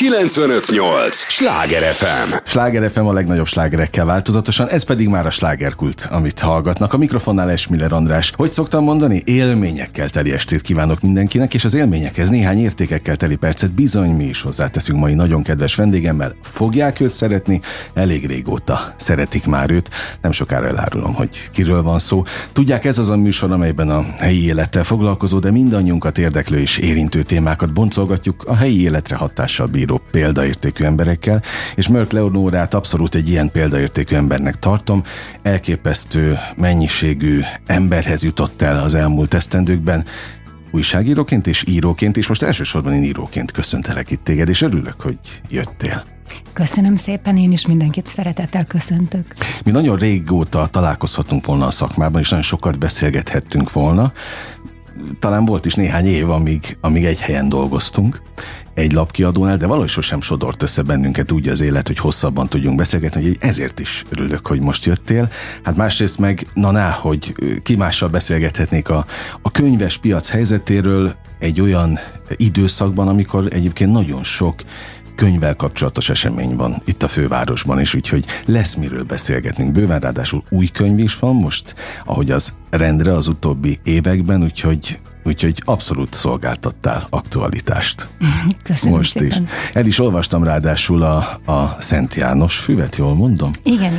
95.8 Sláger FM. Sláger FM a legnagyobb slágerekkel változatosan, ez pedig már a slágerkult, amit hallgatnak. A mikrofonnál Esmiller András. Hogy szoktam mondani? Élményekkel teli estét kívánok mindenkinek, és az élményekhez néhány értékekkel teli percet bizony mi is hozzáteszünk mai nagyon kedves vendégemmel. Fogják őt szeretni? Elég régóta szeretik már őt. Nem sokára elárulom, hogy kiről van szó. Tudják, ez az a műsor, amelyben a helyi élettel foglalkozó, de mindannyiunkat érdeklő és érintő témákat boncolgatjuk a helyi életre hatással bíró példaértékű emberekkel, és Mörk Leonórát abszolút egy ilyen példaértékű embernek tartom. Elképesztő mennyiségű emberhez jutott el az elmúlt esztendőkben, újságíróként és íróként, és most elsősorban én íróként köszöntelek itt téged, és örülök, hogy jöttél. Köszönöm szépen, én is mindenkit szeretettel köszöntök. Mi nagyon régóta találkozhatunk volna a szakmában, és nagyon sokat beszélgethettünk volna. Talán volt is néhány év, amíg egy helyen dolgoztunk, egy lapkiadónál, de valahogy sosem sodort össze bennünket úgy az élet, hogy hosszabban tudjunk beszélgetni, hogy ezért is örülök, hogy most jöttél. Hát másrészt meg, hogy ki mással beszélgethetnék a könyves piac helyzetéről egy olyan időszakban, amikor egyébként nagyon sok könyvvel kapcsolatos esemény van itt a fővárosban is, úgyhogy lesz miről beszélgetnünk bőven, ráadásul új könyv is van most, ahogy az rendre az utóbbi években, úgyhogy abszolút szolgáltattál aktualitást. Köszönöm most szépen. Is. El is olvastam ráadásul a Szent János füvet, jól mondom? Igen.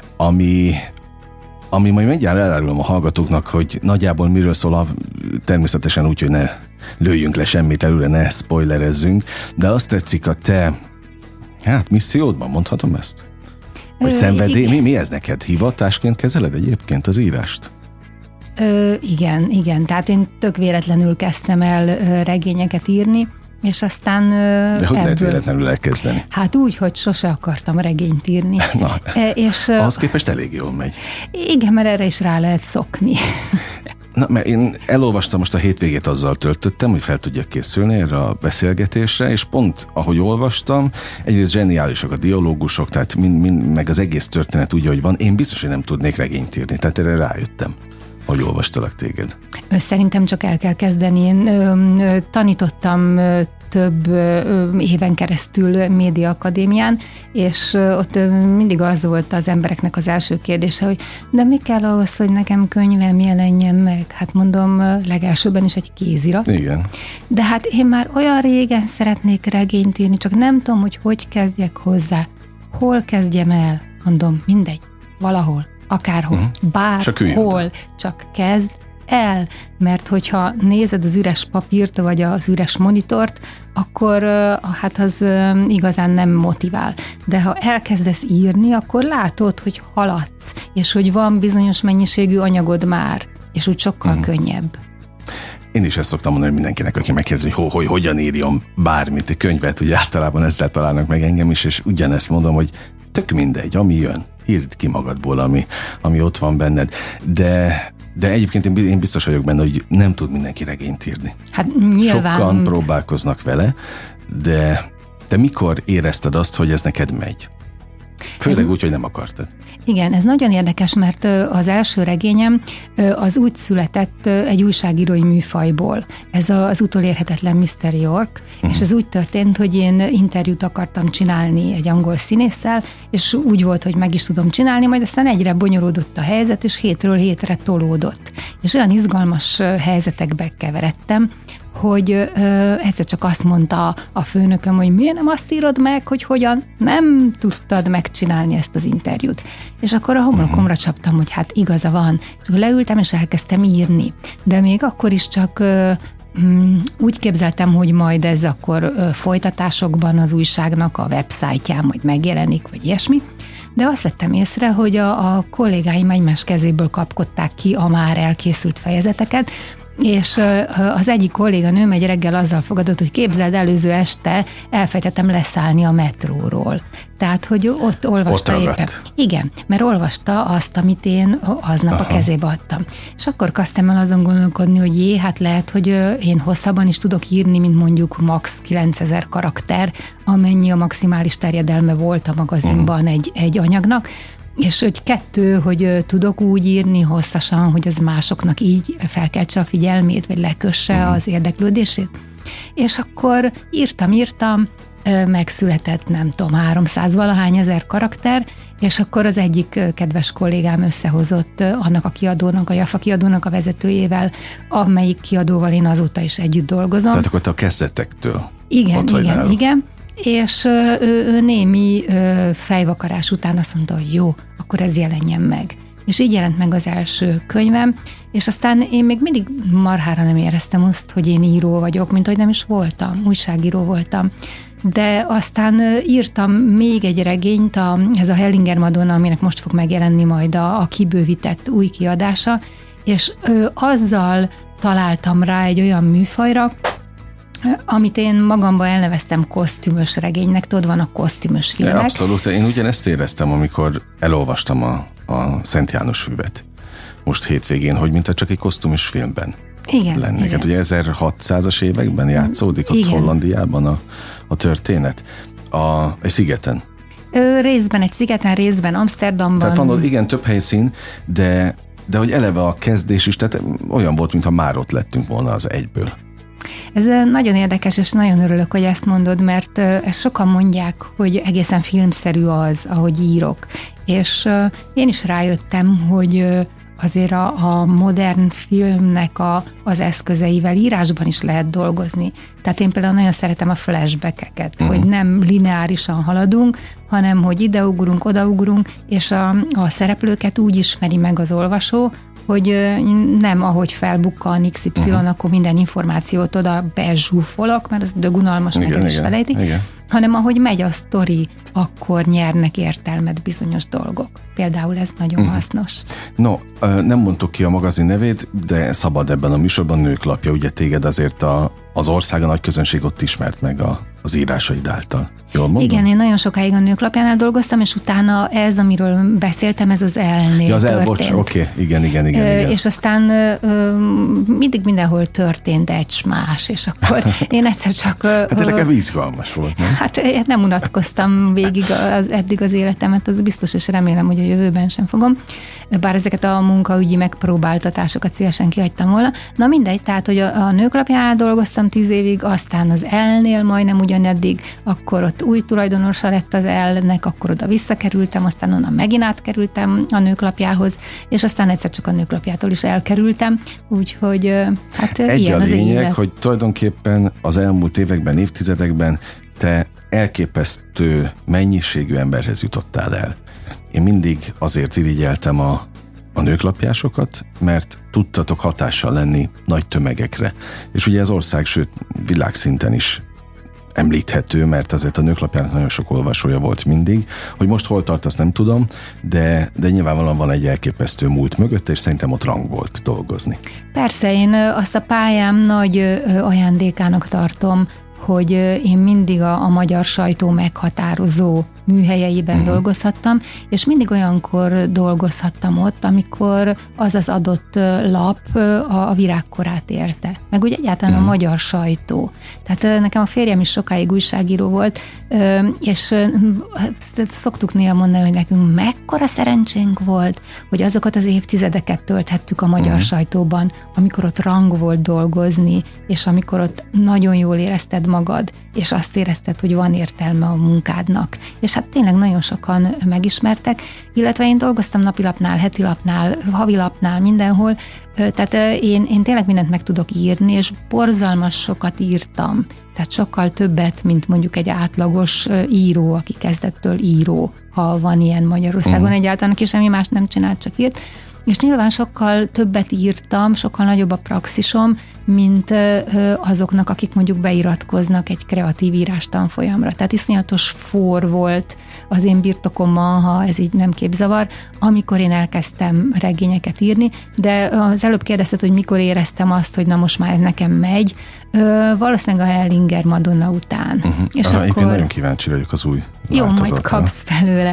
Ami majd mindjárt elárulom a hallgatóknak, hogy nagyjából miről szól, természetesen úgy, hogy ne lőjünk le semmit előre, ne spoilerezzünk, de azt tetszik a te, missziódban, mondhatom ezt? Vagy szenvedély, mi ez neked? Hivatásként kezeled egyébként az írást? Igen. Tehát én tök véletlenül kezdtem el regényeket írni, és aztán de hogy lehet véletlenül elkezdeni? Hát úgy, hogy sose akartam regényt írni. Na, és ahhoz képest elég jól megy. Igen, mert erre is rá lehet szokni. Na, mert én elolvastam, most a hétvégét azzal töltöttem, hogy fel tudjak készülni erre a beszélgetésre, és pont ahogy olvastam, egyrészt zseniálisak a dialógusok, tehát meg az egész történet úgy, ahogy van, én biztos, hogy nem tudnék regényt írni, tehát erre rájöttem, hogy olvastalak téged. Szerintem csak el kell kezdeni. Én tanítottam több éven keresztül médiaakadémián, és ott mindig az volt az embereknek az első kérdése, hogy de mi kell ahhoz, hogy nekem könyvem jelenjen meg? Hát mondom, legelsőben is egy kézirat. Igen. De hát én már olyan régen szeretnék regényt írni, csak nem tudom, hogy kezdjek hozzá. Hol kezdjem el? Mondom, mindegy, valahol, akárhol, bárhol, csak kezd el, mert hogyha nézed az üres papírt, vagy az üres monitort, akkor hát az igazán nem motivál. De ha elkezdesz írni, akkor látod, hogy haladsz, és hogy van bizonyos mennyiségű anyagod már, és úgy sokkal könnyebb. Én is ezt szoktam mondani mindenkinek, aki megkérdezi, hogy hogyan írjam bármit, egy könyvet, ugye általában ezzel találnak meg engem is, és ugyanezt mondom, hogy tök mindegy, ami jön, írd ki magadból, ami ott van benned. De egyébként én biztos vagyok benne, hogy nem tud mindenki regényt írni. Hát nyilván. Sokan próbálkoznak vele, de mikor érezted azt, hogy ez neked megy? Főleg úgy, hogy nem akartad. Igen, ez nagyon érdekes, mert az első regényem az úgy született egy újságírói műfajból. Ez az Utolérhetetlen Mr. York, és ez úgy történt, hogy én interjút akartam csinálni egy angol színésszel, és úgy volt, hogy meg is tudom csinálni, majd aztán egyre bonyolódott a helyzet, és hétről hétre tolódott. És olyan izgalmas helyzetekbe keveredtem, hogy egyszer csak azt mondta a főnököm, hogy miért nem azt írod meg, hogy hogyan nem tudtad megcsinálni ezt az interjút. És akkor a homlokomra csaptam, hogy hát igaza van. És akkor leültem, és elkezdtem írni. De még akkor is csak úgy képzeltem, hogy majd ez akkor folytatásokban az újságnak a websájtján majd megjelenik, vagy ilyesmi. De azt vettem észre, hogy a kollégáim egymás kezéből kapkodták ki a már elkészült fejezeteket, és az egyik kolléganőm egy reggel azzal fogadott, hogy képzeld, előző este elfejtettem leszállni a metróról. Tehát, hogy ott olvasta ott éppen. Igen, mert olvasta azt, amit én aznap a kezébe adtam. És akkor kezdtem el azon gondolkodni, hogy hát lehet, hogy én hosszabban is tudok írni, mint mondjuk max 9000 karakter, amennyi a maximális terjedelme volt a magazinban egy anyagnak. És hogy hogy tudok úgy írni hosszasan, hogy az másoknak így felkeltse a figyelmét, vagy lekösse az érdeklődését. És akkor írtam, megszületett, nem tudom, 300 valahány ezer karakter, és akkor az egyik kedves kollégám összehozott annak a kiadónak, a Jaffa kiadónak a vezetőjével, amelyik kiadóval én azóta is együtt dolgozom. Tehát akkor te a kezdetektől. Igen. És ő némi fejvakarás után azt mondta, hogy jó, akkor ez jelenjen meg. És így jelent meg az első könyvem, és aztán én még mindig marhára nem éreztem azt, hogy én író vagyok, mint hogy nem is voltam, újságíró voltam. De aztán írtam még egy regényt, ez a Hellinger Madonna, aminek most fog megjelenni majd a kibővített új kiadása, és azzal találtam rá egy olyan műfajra, amit én magamban elneveztem kosztümös regénynek, tudod, van a kosztümös filmek. De abszolút, én ugyanezt éreztem, amikor elolvastam a Szent János füvet most hétvégén, hogy mintha csak egy kosztümös filmben lennék. Igen. Hát ugye 1600-as években játszódik ott Hollandiában a történet. Egy szigeten. Részben egy szigeten, részben Amsterdamban. Tehát van, igen, több helyszín, de hogy eleve a kezdés is, tehát olyan volt, mintha már ott lettünk volna az egyből. Ez nagyon érdekes, és nagyon örülök, hogy ezt mondod, mert ezt sokan mondják, hogy egészen filmszerű az, ahogy írok. És én is rájöttem, hogy azért a modern filmnek az eszközeivel írásban is lehet dolgozni. Tehát én például nagyon szeretem a flashbackeket, hogy nem lineárisan haladunk, hanem hogy ideugrunk, odaugrunk, és a szereplőket úgy ismeri meg az olvasó, hogy nem ahogy felbukkan XY, akkor minden információt oda bezsúfolok, mert az dögunalmas, meg el is felejti, hanem ahogy megy a sztori, akkor nyernek értelmet bizonyos dolgok. Például ez nagyon hasznos. No, nem mondtuk ki a magazin nevét, de szabad ebben a műsorban, Nőklapja, ugye téged azért az ország, a nagy közönség ott ismert meg az írásaid által. Jól mondom? Igen, én nagyon sokáig a Nőklapjánál dolgoztam, és utána ez, amiről beszéltem, ez az elnél történt. Bocs, oké. Igen. És aztán mindig mindenhol történt egy más, és akkor én egyszer csak... Hát nekem izgalmas volt, nem? Hát nem unatkoztam végig eddig az életemet, az biztos, és remélem, hogy a jövőben sem fogom. Bár ezeket a munkaügyi megpróbáltatásokat szívesen kihagytam volna. Na mindegy, tehát, hogy a Nőklapjánál dolgoztam 10 évig, aztán az elnél majdnem ugyaneddig, akkor ott új tulajdonosa lett az elnek, akkor oda visszakerültem, aztán onnan megint átkerültem a Nőklapjához, és aztán egyszer csak a Nőklapjától is elkerültem, úgyhogy hát ilyen az lényeg, élet. hogy tulajdonképpen az elmúlt években, évtizedekben te elképesztő mennyiségű emberhez jutottál el. Én mindig azért irigyeltem a nőklapjásokat, mert tudtatok hatással lenni nagy tömegekre. És ugye az ország, sőt világszinten is említhető, mert azért a Nőklapjának nagyon sok olvasója volt mindig. Hogy most hol tart, azt nem tudom, de nyilvánvalóan van egy elképesztő múlt mögött, és szerintem ott rang volt dolgozni. Persze, én azt a pályám nagy ajándékának tartom, hogy én mindig a magyar sajtó meghatározó műhelyeiben dolgozhattam, és mindig olyankor dolgozhattam ott, amikor az adott lap a virágkorát érte. Meg úgy egyáltalán a magyar sajtó. Tehát nekem a férjem is sokáig újságíró volt, és szoktuk néha mondani, hogy nekünk mekkora szerencsénk volt, hogy azokat az évtizedeket tölthettük a magyar sajtóban, amikor ott rang volt dolgozni, és amikor ott nagyon jól érezted magad, és azt érezted, hogy van értelme a munkádnak. És hát tényleg nagyon sokan megismertek, illetve én dolgoztam napilapnál, hetilapnál, havilapnál, mindenhol, tehát én tényleg mindent meg tudok írni, és borzalmas sokat írtam. Tehát sokkal többet, mint mondjuk egy átlagos író, aki kezdettől író, ha van ilyen Magyarországon egyáltalán, aki semmi más nem csinált, csak írt. És nyilván sokkal többet írtam, sokkal nagyobb a praxisom, mint azoknak, akik mondjuk beiratkoznak egy kreatív írás tanfolyamra. Tehát iszonyatos for volt az én birtokomban, ha ez így nem képzavar, amikor én elkezdtem regényeket írni, de az előbb kérdezted, hogy mikor éreztem azt, hogy na most már ez nekem megy, valószínűleg a Hellinger Madonna után. És akkor nagyon kíváncsi vagyok az új változatra. Jó, majd kapsz belőle.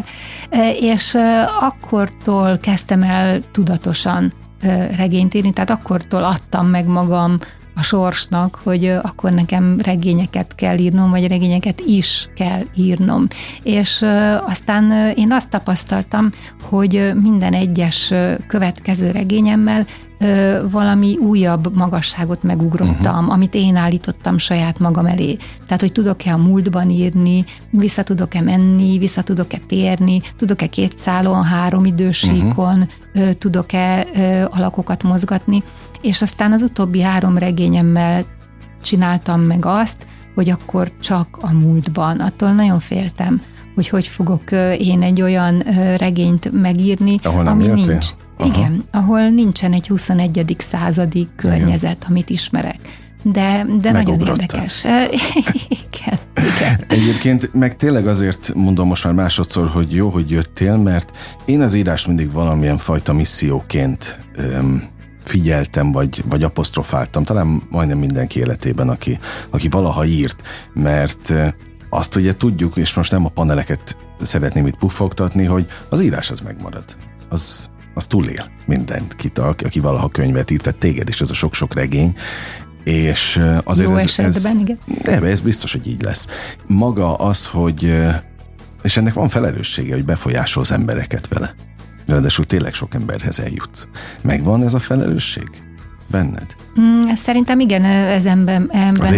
És akkortól kezdtem el tudatosan regényt írni, tehát akkortól adtam meg magam a sorsnak, hogy akkor nekem regényeket kell írnom, vagy regényeket is kell írnom. És aztán én azt tapasztaltam, hogy minden egyes következő regényemmel valami újabb magasságot megugrottam, amit én állítottam saját magam elé. Tehát, hogy tudok-e a múltban írni, vissza tudok-e menni, vissza tudok-e térni, tudok-e 2 szálon, 3 idősíkon, tudok-e alakokat mozgatni, és aztán az utóbbi 3 regényemmel csináltam meg azt, hogy akkor csak a múltban. Attól nagyon féltem, hogy fogok én egy olyan regényt megírni, ami nincs. Aha. Igen, ahol nincsen egy 21. századi környezet, amit ismerek. De nagyon érdekes. Igen. Egyébként meg tényleg azért mondom most már másodszor, hogy jó, hogy jöttél, mert én az írás mindig valamilyen fajta misszióként figyeltem, vagy apostrofáltam, talán majdnem mindenki életében, aki valaha írt, mert azt ugye tudjuk, és most nem a paneleket szeretném itt puffogtatni, hogy az írás az megmarad. Az túlél mindenkit, aki valaha könyvet írt, tehát téged is ez a sok-sok regény, és azért jó esetben, igen. Ez biztos, hogy így lesz. Maga az, hogy és ennek van felelőssége, hogy befolyásolsz embereket vele. Ráadásul tényleg sok emberhez eljut. Megvan ez a felelősség benned? Szerintem igen, ez bennem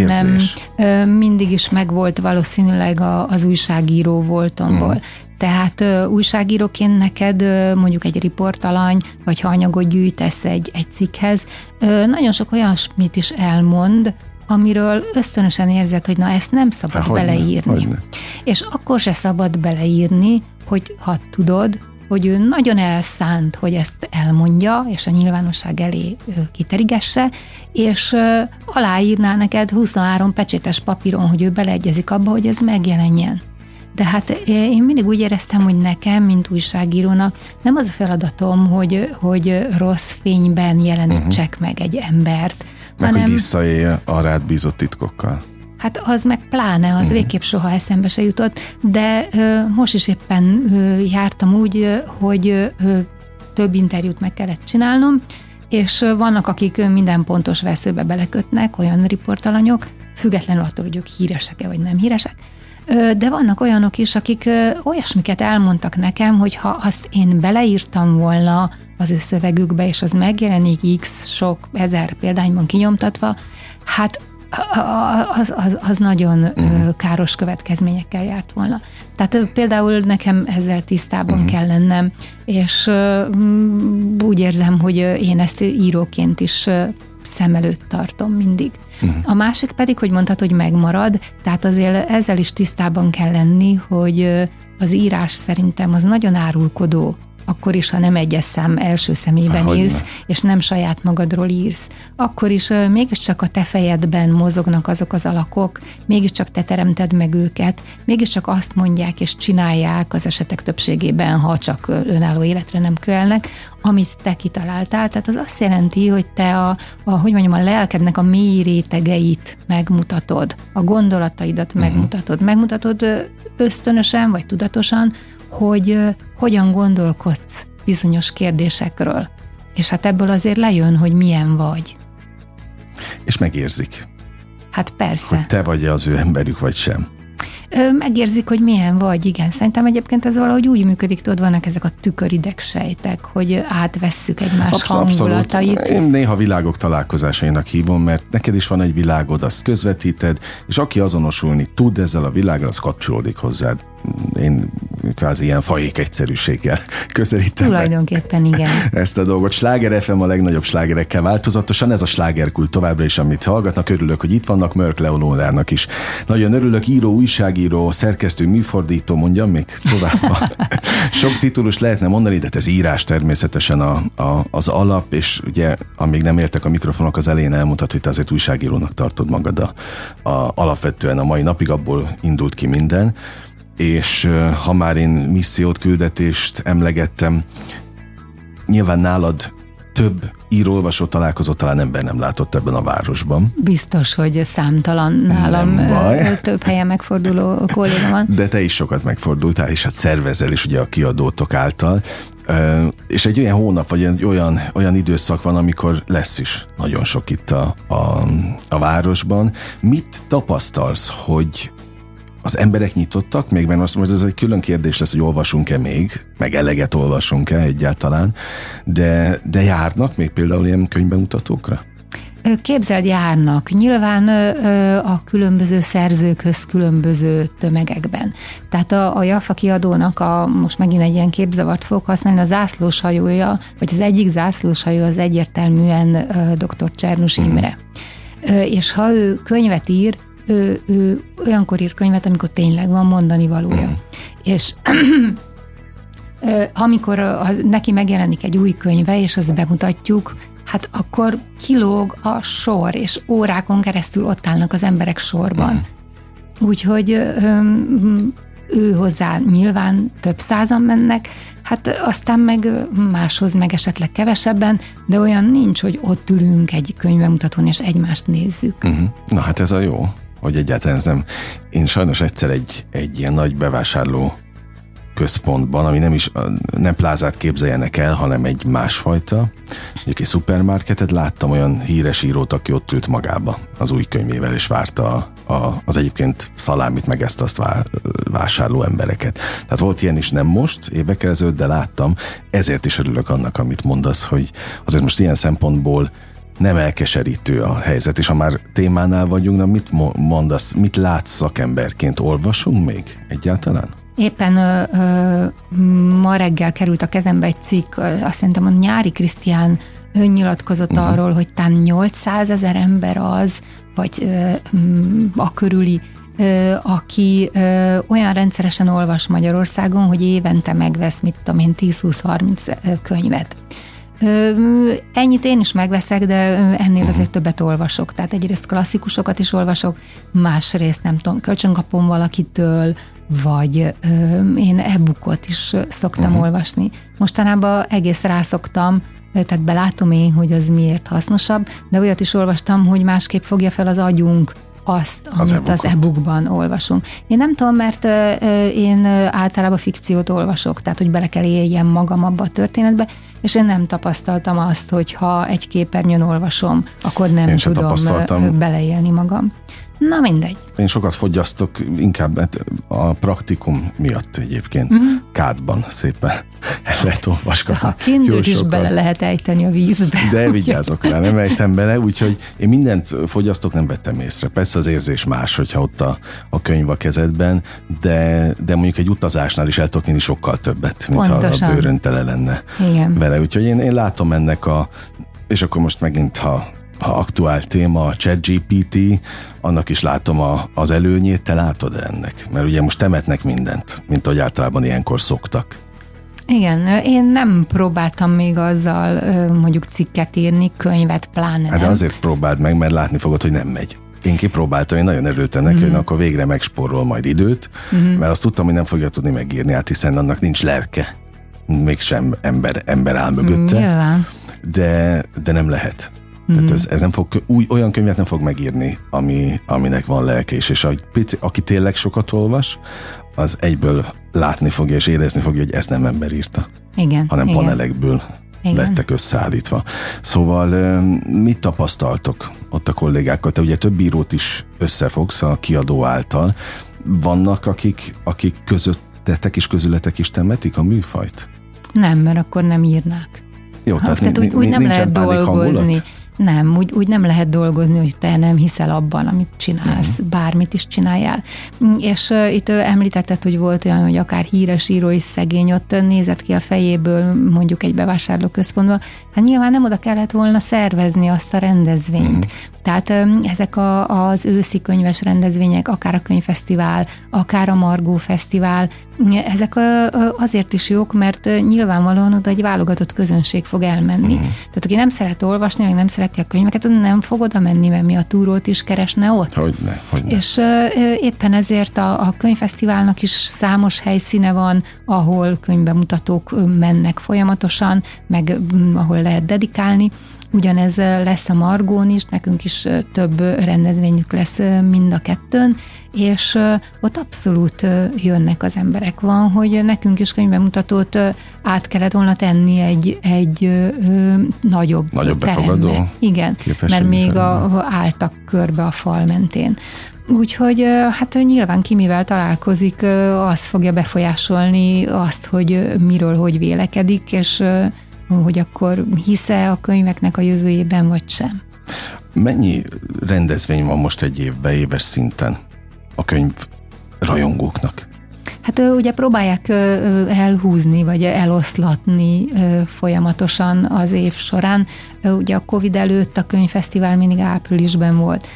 mindig is megvolt valószínűleg az újságíró voltomból. Tehát újságíróként neked mondjuk egy riportalany, vagy ha anyagot gyűjtesz egy cikkhez, nagyon sok olyasmit is elmond, amiről ösztönösen érzed, hogy na ezt nem szabad beleírni. Hogyne. És akkor se szabad beleírni, hogy ha tudod, hogy ő nagyon elszánt, hogy ezt elmondja, és a nyilvánosság elé kiterigesse, és aláírná neked 23 pecsétes papíron, hogy ő beleegyezik abba, hogy ez megjelenjen. De hát én mindig úgy éreztem, hogy nekem, mint újságírónak nem az a feladatom, hogy rossz fényben jelenítsek meg egy embert. Meg hogy visszaélj a rád bízott titkokkal. Hát az meg pláne, az végképp soha eszembe se jutott, de most is éppen jártam úgy, hogy több interjút meg kellett csinálnom, és vannak, akik minden pontos veszőbe belekötnek, olyan riportalanyok, függetlenül attól, hogy ők híresek-e vagy nem híresek, de vannak olyanok is, akik olyasmiket elmondtak nekem, hogy ha azt én beleírtam volna az ő szövegükbe, és az megjelenik x sok ezer példányban kinyomtatva, hát az nagyon káros következményekkel járt volna. Tehát például nekem ezzel tisztában kell lennem, és úgy érzem, hogy én ezt íróként is szem előtt tartom mindig. A másik pedig, hogy mondtad, hogy megmarad, tehát azért ezzel is tisztában kell lenni, hogy az írás szerintem az nagyon árulkodó, akkor is, ha nem egyes szám első személyben írsz, és nem saját magadról írsz. Akkor is mégiscsak a te fejedben mozognak azok az alakok, mégiscsak te teremted meg őket, mégiscsak azt mondják és csinálják az esetek többségében, ha csak önálló életre nem kölnek, amit te kitaláltál. Tehát az azt jelenti, hogy te a lelkednek a mély rétegeit megmutatod, a gondolataidat megmutatod ösztönösen vagy tudatosan, hogy hogyan gondolkodsz bizonyos kérdésekről. És hát ebből azért lejön, hogy milyen vagy. És megérzik. Hát persze. Hogy te vagy az ő emberük, vagy sem. Megérzik, hogy milyen vagy, igen. Szerintem egyébként ez valahogy úgy működik, tudod, vannak ezek a tüköridegsejtek, hogy átvesszük egymás hangulatait. Én néha világok találkozásainak hívom, mert neked is van egy világod, azt közvetíted, és aki azonosulni tud ezzel a világgal, az kapcsolódik hozzád. Én kvázi ilyen fajék egyszerűséggel közelítem tulajdonképpen igen. Ezt a dolgot. Sláger FM a legnagyobb slágerekkel változatosan, ez a slágerkult továbbra is, amit hallgatnak. Örülök, hogy itt vannak, Mörk Leonórának is. Nagyon örülök, író, újságíró, szerkesztő, műfordító, mondjam még tovább. Sok titulus lehetne mondani, de ez írás természetesen az alap, és ugye, amíg nem értek a mikrofonok, az elején elmondhat, hogy te azért újságírónak tartod magad alapvetően a mai napig, abból indult ki minden. És ha már én missziót, küldetést emlegettem, nyilván nálad több író-olvasó találkozót talán ember nem látott ebben a városban. Biztos, hogy számtalan nálam több helyen megforduló kolléga van. De te is sokat megfordultál, és hát szervezel is ugye a kiadótok által. És egy olyan hónap, vagy egy olyan időszak van, amikor lesz is nagyon sok itt a városban. Mit tapasztalsz, hogy az emberek nyitottak még, mert azt mondja, ez egy külön kérdés lesz, hogy olvasunk-e még, meg eleget olvasunk-e egyáltalán, de járnak még például ilyen könyvbemutatókra? Képzeld, járnak. Nyilván a különböző szerzőkhöz különböző tömegekben. Tehát a Jaffa kiadónak most megint egy ilyen képzavart fogok használni, a zászlóshajója, vagy az egyik zászlóshajó az egyértelműen dr. Csernus Imre. És ha ő könyvet ír, ő olyankor ír könyvet, amikor tényleg van mondani valója. És amikor neki megjelenik egy új könyve, és azt bemutatjuk, hát akkor kilóg a sor, és órákon keresztül ott állnak az emberek sorban. Úgyhogy ő hozzá nyilván több százan mennek, hát aztán meg máshoz meg esetleg kevesebben, de olyan nincs, hogy ott ülünk egy könyvbemutatón, és egymást nézzük. Na hát ez a jó, hogy egyáltalán ez nem. Én sajnos egyszer egy ilyen nagy bevásárló központban, ami nem plázát képzeljenek el, hanem egy másfajta, egy szupermarketet, láttam olyan híres írót, aki ott ült magába az új könyvével, és várta az egyébként szalámit, meg ezt-azt vásárló embereket. Tehát volt ilyen is, nem most, évekkel ezelőtt, de láttam, ezért is örülök annak, amit mondasz, hogy azért most ilyen szempontból nem elkeserítő a helyzet, és ha már témánál vagyunk, na mit mondasz, mit látsz szakemberként, olvasunk még egyáltalán? Éppen ma reggel került a kezembe egy cikk, azt szerintem a Nyári Krisztián nyilatkozott arról, hogy talán 800 000 ember az, vagy a körüli, aki olyan rendszeresen olvas Magyarországon, hogy évente megvesz, 10-20-30 könyvet. Ennyit én is megveszek, de ennél azért többet olvasok. Tehát egyrészt klasszikusokat is olvasok, másrészt nem tudom, kölcsönkapom valakitől, vagy én e-bookot is szoktam olvasni. Mostanában egész rászoktam, tehát belátom én, hogy az miért hasznosabb, de olyat is olvastam, hogy másképp fogja fel az agyunk azt, amit az e-bookban olvasunk. Én nem tudom, mert én általában fikciót olvasok, tehát hogy bele kell éljem magam abba a történetbe, és én nem tapasztaltam azt, hogy ha egy képernyőn olvasom, akkor nem tudom beleélni magam. Na mindegy. Én sokat fogyasztok, inkább a praktikum miatt egyébként. Kádban szépen el lehet olvasgatni. A Kindle-t is bele lehet ejteni a vízbe. De vigyázok rá, nem ejtem bele, úgyhogy én mindent fogyasztok, nem vettem észre. Persze az érzés más, hogyha ott a könyv a kezedben, de mondjuk egy utazásnál is el tudok vinni sokkal többet, mint pontosan. Ha a bőrön tele lenne vele. Úgyhogy én látom ennek és akkor most megint, ha aktuál téma a ChatGPT, annak is látom az előnyét, te látod ennek? Mert ugye most temetnek mindent, mint ahogy általában ilyenkor szoktak. Igen, én nem próbáltam még azzal mondjuk cikket írni, könyvet pláne nem. De azért próbáld meg, mert látni fogod, hogy nem megy. Én kipróbáltam, én nagyon örültem neki, hogy akkor végre megspórol majd időt, mert azt tudtam, hogy nem fogja tudni megírni, hát hiszen annak nincs lelke. Mégsem ember áll mögötte. Nyilván. De nem lehet. Tehát ez nem fog, olyan könyvet nem fog megírni, aminek van lelke is, és aki tényleg sokat olvas, az egyből látni fogja és érezni fogja, hogy ezt nem ember írta. Igen. Hanem panelekből lettek összeállítva. Szóval mit tapasztaltok ott a kollégákkal? Te ugye több írót is összefogsz a kiadó által. Vannak, akik közöttetek és közületek is temetik a műfajt? Nem, mert akkor nem írnák. Jó, tehát úgy nem lehet dolgozni. Nem, úgy nem lehet dolgozni, hogy te nem hiszel abban, amit csinálsz, bármit is csináljál. És itt említetted, hogy volt olyan, hogy akár híres író is szegény, ott nézett ki a fejéből mondjuk egy bevásárlóközpontba. Hát nyilván nem oda kellett volna szervezni azt a rendezvényt. Tehát ezek az őszi könyves rendezvények, akár a könyvfesztivál, akár a Margó Fesztivál, ezek azért is jók, mert nyilvánvalóan oda egy válogatott közönség fog elmenni. Tehát aki nem szeret olvasni, meg nem szereti a könyveket, nem fog oda menni, mert mi a túrót is keresne ott. Hogyne. És éppen ezért a könyvfesztiválnak is számos helyszíne van, ahol könyvbemutatók mennek folyamatosan, meg ahol lehet dedikálni. Ugyanez lesz a Margón is, nekünk is több rendezvényük lesz mind a kettőn, és ott abszolút jönnek az emberek. Van, hogy nekünk is könyvbemutatót át kellett volna tenni egy nagyobb befogadó? Igen, mert még álltak körbe a fal mentén. Úgyhogy hát nyilván ki mivel találkozik, az fogja befolyásolni azt, hogy miről hogy vélekedik, és hogy akkor hisz-e a könyveknek a jövőjében, vagy sem. Mennyi rendezvény van most egy évben, éves szinten a könyv rajongóknak? Hát ugye próbálják elhúzni, vagy eloszlatni folyamatosan az év során. Ugye a Covid előtt a könyvfesztivál mindig áprilisban volt.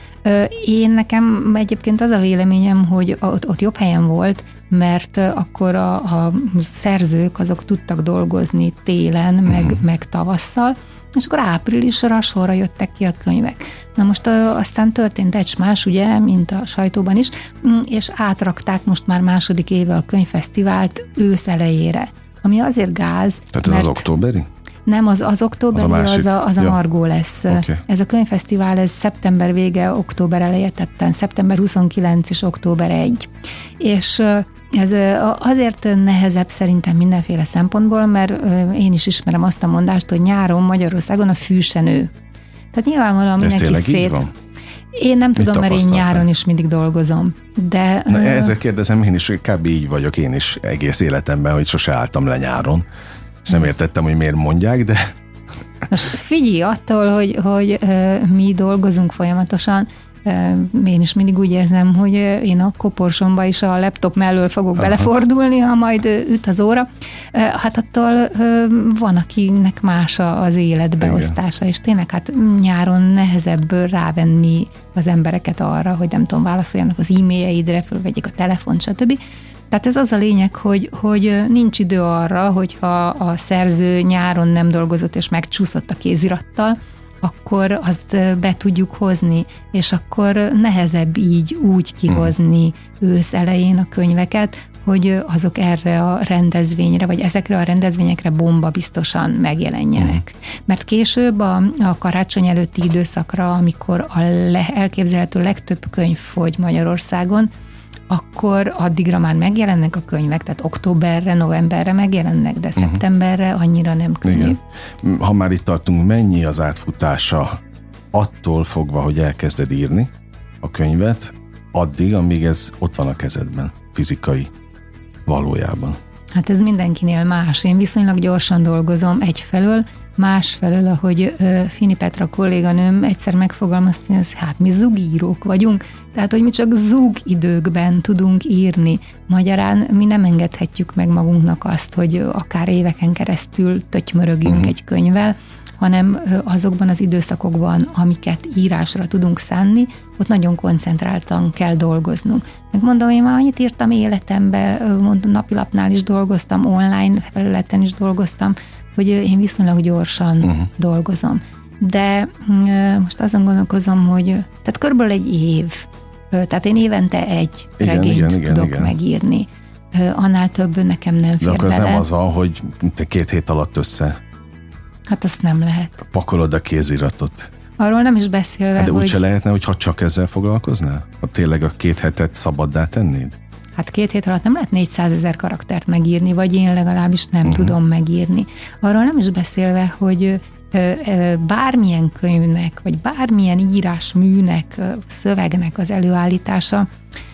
Nekem egyébként az a véleményem, hogy ott jobb helyen volt, mert akkor a szerzők azok tudtak dolgozni télen, meg tavasszal, és akkor áprilisra sorra jöttek ki a könyvek. Na most aztán történt egy más, ugye, mint a sajtóban is, és átrakták most már második éve a könyvfesztivált ősz elejére, ami azért gáz. Tehát ez az októberi? Nem, az októberi, az a Margó lesz. Okay. Ez a könyvfesztivál, ez szeptember vége, október eleje, tetten, szeptember 29 és október 1. És ez azért nehezebb szerintem mindenféle szempontból, mert én is ismerem azt a mondást, hogy nyáron Magyarországon a fű se nő. Tehát nyilvánvalóan mindenki szét. Én nem tudom, mert én nyáron is mindig dolgozom. De, na, ezzel kérdezem, én is kb. Így vagyok, én is egész életemben, hogy sose álltam le nyáron, és nem értettem, hogy miért mondják, de... Most figyelj, attól, hogy mi dolgozunk folyamatosan, én is mindig úgy érzem, hogy én a koporsomba is a laptop mellől fogok belefordulni, ha majd üt az óra. Hát attól van, akinek más az életbeosztása, és tényleg hát nyáron nehezebb rávenni az embereket arra, hogy nem tudom, válaszoljanak az e-mailjeidre, fölvegyék a telefont, stb. Tehát ez az a lényeg, hogy nincs idő arra, hogyha a szerző nyáron nem dolgozott és megcsúszott a kézirattal, akkor azt be tudjuk hozni, és akkor nehezebb így úgy kihozni ősz elején a könyveket, hogy azok erre a rendezvényre, vagy ezekre a rendezvényekre bomba biztosan megjelenjenek. Mert később a karácsony előtti időszakra, amikor elképzelhető legtöbb könyv fogy Magyarországon, akkor addigra már megjelennek a könyvek, tehát októberre, novemberre megjelennek, de szeptemberre annyira nem könnyű. Igen. Ha már itt tartunk, mennyi az átfutása attól fogva, hogy elkezded írni a könyvet, addig, amíg ez ott van a kezedben, fizikai valójában? Hát ez mindenkinél más. Én viszonylag gyorsan dolgozom egyfelől, másfelől, ahogy Fini Petra kolléganőm egyszer megfogalmazta, hogy hát mi zugírók vagyunk, tehát hogy mi csak zug időkben tudunk írni. Magyarán mi nem engedhetjük meg magunknak azt, hogy akár éveken keresztül tötymörögjünk egy könyvvel, hanem azokban az időszakokban, amiket írásra tudunk szánni, ott nagyon koncentráltan kell dolgoznunk. Megmondom, én már annyit írtam életemben, napilapnál is dolgoztam, online felületen is dolgoztam, hogy én viszonylag gyorsan dolgozom. De most azon gondolkozom, hogy tehát körülbelül egy év, tehát én évente egy regényt tudok megírni. Annál több nekem nem fér bele. De akkor ez nem az van, hogy te 2 hét alatt össze... Hát azt nem lehet. Pakolod a kéziratot. Arról nem is beszélve, hát de úgyse lehetne, hogyha csak ezzel foglalkoznál? Ha tényleg a 2 hetet szabaddá tennéd? Hát 2 hét alatt nem lehet 400 000 karaktert megírni, vagy én legalábbis nem tudom megírni. Arról nem is beszélve, hogy bármilyen könyvnek, vagy bármilyen írásműnek, szövegnek az előállítása,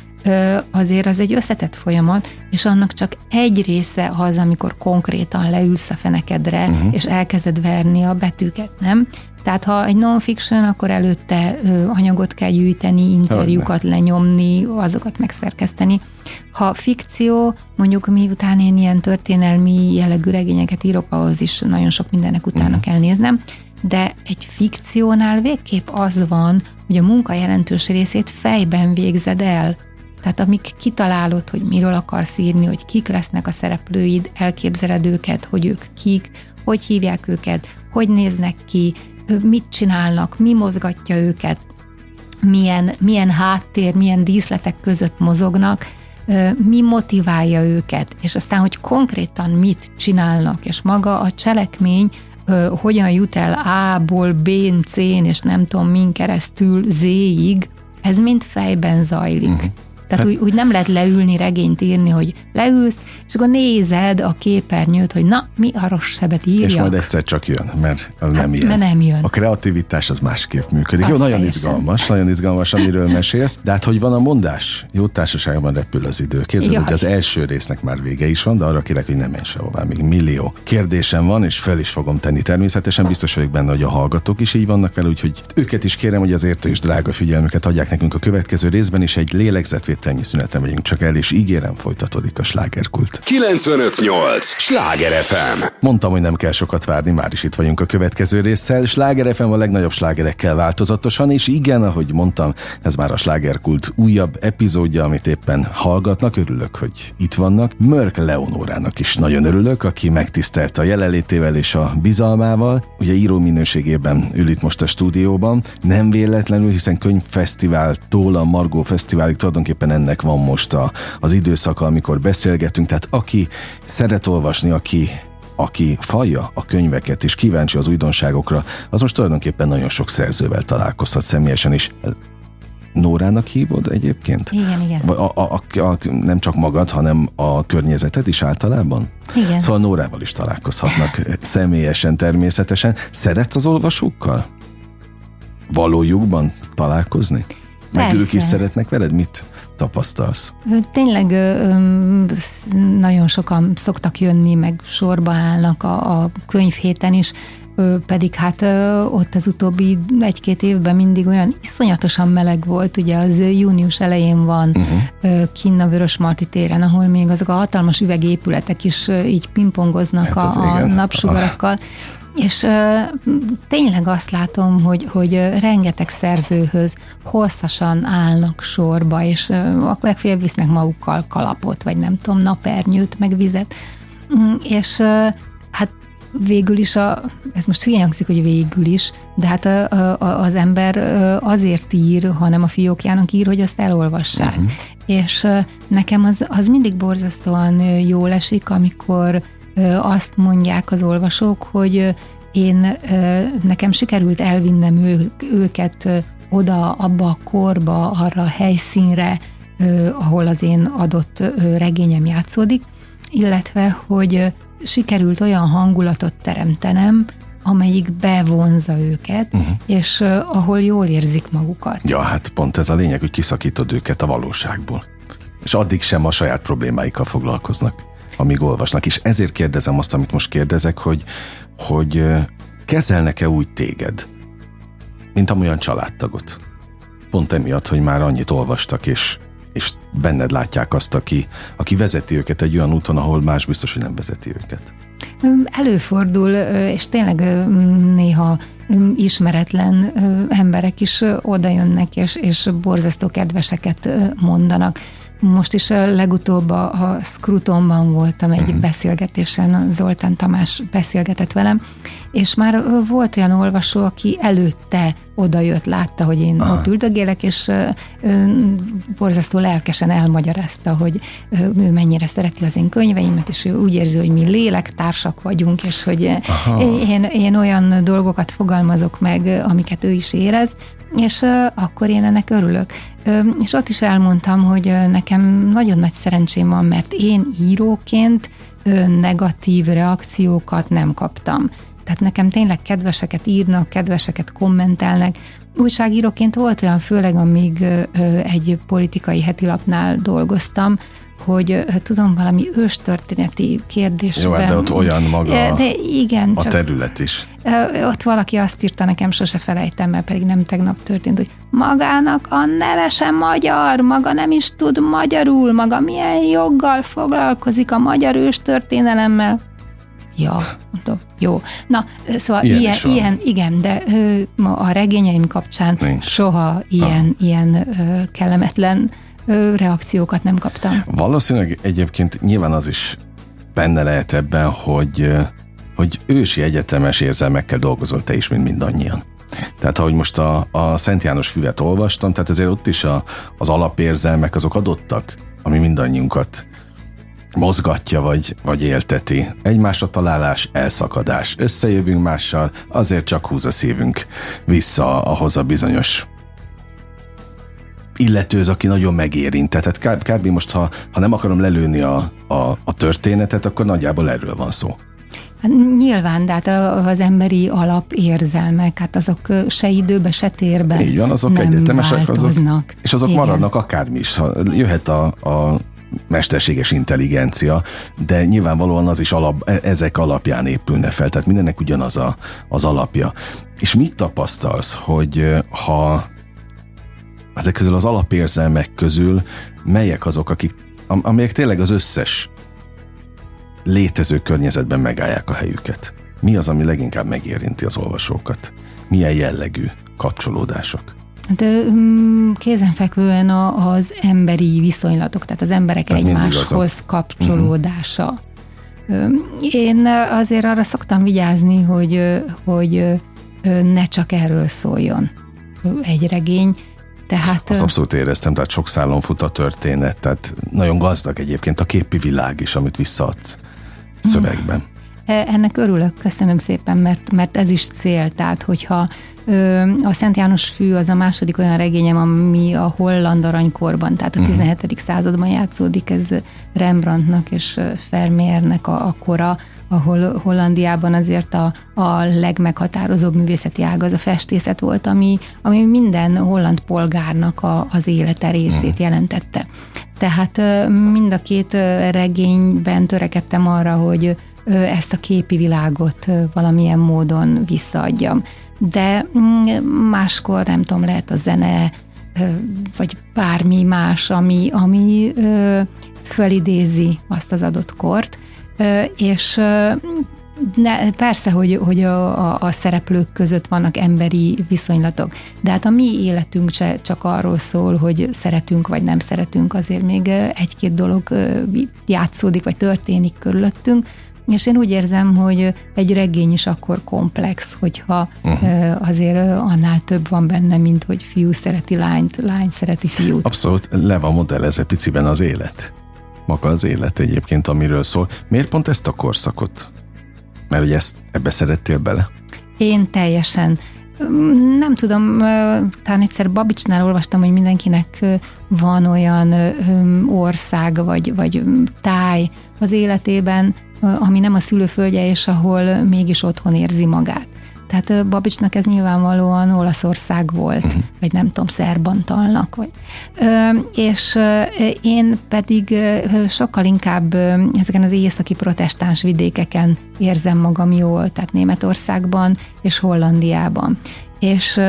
azért az egy összetett folyamat, és annak csak egy része az, amikor konkrétan leülsz a fenekedre, és elkezded verni a betűket, nem? Tehát ha egy non-fiction, akkor előtte anyagot kell gyűjteni, interjúkat lenyomni, azokat megszerkeszteni. Ha fikció, mondjuk miután én ilyen történelmi jellegű regényeket írok, ahhoz is nagyon sok mindennek utána kell néznem, de egy fikciónál végképp az van, hogy a munka jelentős részét fejben végzed el. Tehát amíg kitalálod, hogy miről akarsz írni, hogy kik lesznek a szereplőid, elképzeled őket, hogy ők kik, hogy hívják őket, hogy néznek ki, mit csinálnak, mi mozgatja őket, milyen háttér, milyen díszletek között mozognak, mi motiválja őket, és aztán, hogy konkrétan mit csinálnak, és maga a cselekmény hogyan jut el A-ból B-n, C-n, és nem tudom min keresztül Z-ig, ez mind fejben zajlik. Tehát úgy nem lehet leülni, regényt írni, hogy leülsz, és akkor nézed a képernyőt, hogy na, mi a rossz sebet írjak. És majd egyszer csak jön, mert az nem ilyen. Mert nem jön. A kreativitás az másképp működik. Jó, nagyon izgalmas, amiről mesélsz, de hát hogy van a mondás? Jó társaságban repül az idő. Kérdez, hogy az első résznek már vége is van, de arra kérlek, hogy nem menj sehová. Még millió kérdésem van, és fel is fogom tenni természetesen. Biztos vagyok benne, hogy a hallgatók is így vannak vele, úgyhogy őket is kérem, hogy az értő és drága figyelmüket adják nekünk a következő részben, és egy lélegzetvételnyi szünetre megyünk csak el, és ígérem, folytatódik a slágerkult. 95.8 Sláger FM. Mondtam, hogy nem kell sokat várni, már is itt vagyunk a következő résszel. Sláger FM a legnagyobb slágerekkel változatosan, és igen, ahogy mondtam, ez már a slágerkult újabb epizódja, amit éppen hallgatnak. Örülök, hogy itt vannak. Mörk Leonórának is nagyon örülök, aki megtisztelte a jelenlétével és a bizalmával. Ugye író minőségében ül itt most a stúdióban, nem véletlenül, hiszen könyvfesztiváltól a Margó Fesztiválig tulajdonképpen ennek van most az időszaka, amikor beszélgetünk, tehát aki szeret olvasni, aki fajja a könyveket és kíváncsi az újdonságokra, az most tulajdonképpen nagyon sok szerzővel találkozhat személyesen is. Nórának hívod egyébként? Igen. Nem csak magad, hanem a környezeted is általában? Igen. Szóval Nórával is találkozhatnak személyesen, természetesen. Szeretsz az olvasókkal? Valójukban találkozni? Meg ők is szeretnek veled? Mit tapasztalsz? Tényleg nagyon sokan szoktak jönni, meg sorba állnak a könyvhéten is, pedig hát ott az utóbbi 1-2 évben mindig olyan iszonyatosan meleg volt, ugye az június elején van kinn a Vörösmarty téren, ahol még azok a hatalmas üvegépületek is így pingpongoznak a napsugarakkal, és tényleg azt látom, hogy rengeteg szerzőhöz hosszasan állnak sorba, és legfeljebb visznek magukkal kalapot, vagy nem tudom, napernyőt, meg vizet, és hát végül is, ez most hülyén hangzik, hogy végül is, de hát az ember azért ír, hanem a fiókjának ír, hogy azt elolvassák. És nekem az mindig borzasztóan jól esik, amikor azt mondják az olvasók, hogy nekem sikerült elvinnem őket oda, abba a korba, arra a helyszínre, ahol az én adott regényem játszódik, illetve, hogy sikerült olyan hangulatot teremtenem, amelyik bevonza őket, és ahol jól érzik magukat. Ja, hát pont ez a lényeg, hogy kiszakítod őket a valóságból. És addig sem a saját problémáikkal foglalkoznak, amíg olvasnak. És ezért kérdezem azt, amit most kérdezek, hogy kezelnek-e úgy téged, mint amolyan családtagot? Pont emiatt, hogy már annyit olvastak, és benned látják azt, aki vezeti őket egy olyan úton, ahol más biztos, hogy nem vezeti őket. Előfordul, és tényleg néha ismeretlen emberek is odajönnek, és borzasztó kedveseket mondanak. Most is legutóbb a Scrutonban voltam egy beszélgetésen, Zoltán Tamás beszélgetett velem, és már volt olyan olvasó, aki előtte odajött, látta, hogy én ott üldögélek, és borzasztó lelkesen elmagyarázta, hogy ő mennyire szereti az én könyveimet, és ő úgy érzi, hogy mi lélektársak vagyunk, és hogy én olyan dolgokat fogalmazok meg, amiket ő is érez, és akkor én ennek örülök. És ott is elmondtam, hogy nekem nagyon nagy szerencsém van, mert én íróként negatív reakciókat nem kaptam. Tehát nekem tényleg kedveseket írnak, kedveseket kommentelnek. Újságíróként volt olyan, főleg amíg egy politikai hetilapnál dolgoztam, hogy tudom, valami őstörténeti kérdésben... Jó, de ott olyan maga de igen, a terület is. Ott valaki azt írta nekem, sose felejtem, mert pedig nem tegnap történt, hogy magának a neve sem magyar, maga nem is tud magyarul, maga milyen joggal foglalkozik a magyar őstörténelemmel. Ja, mondom, jó. Na, szóval ilyen igen, de a regényeim kapcsán soha ilyen kellemetlen reakciókat nem kaptam. Valószínűleg egyébként nyilván az is benne lehet ebben, hogy ősi egyetemes érzelmekkel dolgozol te is, mint mindannyian. Tehát ahogy most a Szent János Füvet olvastam, tehát ezért ott is az alapérzelmek azok adottak, ami mindannyiunkat mozgatja vagy élteti. Egymásra találás, elszakadás. Összejövünk mással, azért csak húz a szívünk vissza ahhoz a bizonyos illetőz, aki nagyon megérint. Tehát kb. Most, ha nem akarom lelőni a történetet, akkor nagyjából erről van szó. Hát nyilván, de hát az emberi alapérzelmek, hát azok se időbe, se térben így van, azok nem egyetemesek, változnak. és azok igen, maradnak akármi is. Jöhet a mesterséges intelligencia, de nyilvánvalóan az is ezek alapján épülne fel, tehát mindennek ugyanaz az alapja. És mit tapasztalsz, hogy ha ezek közül az alapérzelmek közül melyek azok, amelyek tényleg az összes létező környezetben megállják a helyüket? Mi az, ami leginkább megérinti az olvasókat? Milyen jellegű kapcsolódások? Hát kézenfekvően az emberi viszonylatok, tehát az emberek tehát egymáshoz kapcsolódása. Én azért arra szoktam vigyázni, hogy ne csak erről szóljon egy regény. Tehát, azt abszolút éreztem, tehát sok szálon fut a történet, tehát nagyon gazdag egyébként a képi világ is, amit visszaadsz szövegben. Ennek örülök, köszönöm szépen, mert ez is cél, tehát hogyha a Szent János Fű az a második olyan regényem, ami a holland aranykorban, tehát a 17. században játszódik, ez Rembrandtnak és Vermeernek a kora, ahol Hollandiában azért a legmeghatározóbb művészeti ág az a festészet volt, ami minden holland polgárnak az élete részét jelentette. Tehát mind a két regényben törekedtem arra, hogy ezt a képi világot valamilyen módon visszaadjam. De máskor, nem tudom, lehet a zene, vagy bármi más, ami fölidézi azt az adott kort, és persze, hogy a szereplők között vannak emberi viszonylatok, de hát a mi életünk csak arról szól, hogy szeretünk vagy nem szeretünk, azért még egy-két dolog játszódik, vagy történik körülöttünk, és én úgy érzem, hogy egy regény is akkor komplex, hogyha azért annál több van benne, mint hogy fiú szereti lányt, lány szereti fiút. Abszolút, le van modellezve piciben az élet. Maga az élet egyébként, amiről szól. Miért pont ezt a korszakot? Mert ugye ebbe szerettél bele? Én teljesen. Nem tudom, talán egyszer Babicsnál olvastam, hogy mindenkinek van olyan ország, vagy táj az életében, ami nem a szülőföldje, és ahol mégis otthon érzi magát. Tehát Babicsnak ez nyilvánvalóan Olaszország volt, vagy nem tudom, Szerbantalnak. És én pedig sokkal inkább ezeken az északi protestáns vidékeken érzem magam jól, tehát Németországban és Hollandiában. És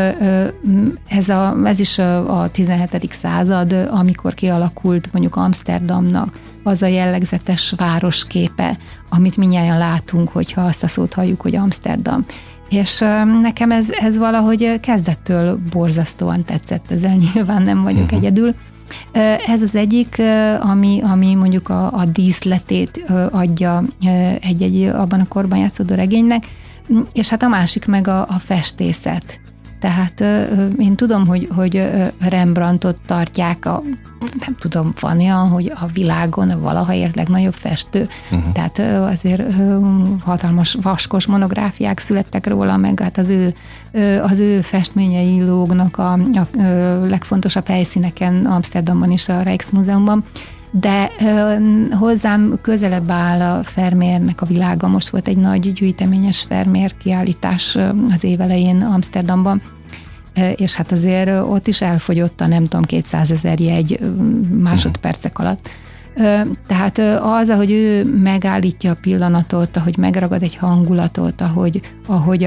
ez is a 17. század, amikor kialakult mondjuk Amsterdamnak az a jellegzetes városképe, amit mindnyájan látunk, hogyha azt a szót halljuk, hogy Amsterdam. És nekem ez valahogy kezdettől borzasztóan tetszett, ezzel nyilván nem vagyok egyedül. Ez az egyik, ami mondjuk a díszletét adja egy abban a korban játszódó regénynek, és hát a másik meg a festészet. Tehát én tudom, hogy Rembrandtot tartják nem tudom, van olyan, hogy a világon a valaha ért legnagyobb festő. Tehát azért hatalmas vaskos monográfiák születtek róla, meg hát az ő festményei lógnak a legfontosabb helyszíneken, Amsterdamban és a Rijksmuseumban. De hozzám közelebb áll a Vermeernek a világa. Most volt egy nagy gyűjteményes Vermeer kiállítás az év elején Amsterdamban, és hát azért ott is elfogyott a nem tudom 200 000 jegy másodpercek alatt. Tehát az, ahogy ő megállítja a pillanatot, ahogy megragad egy hangulatot, ahogy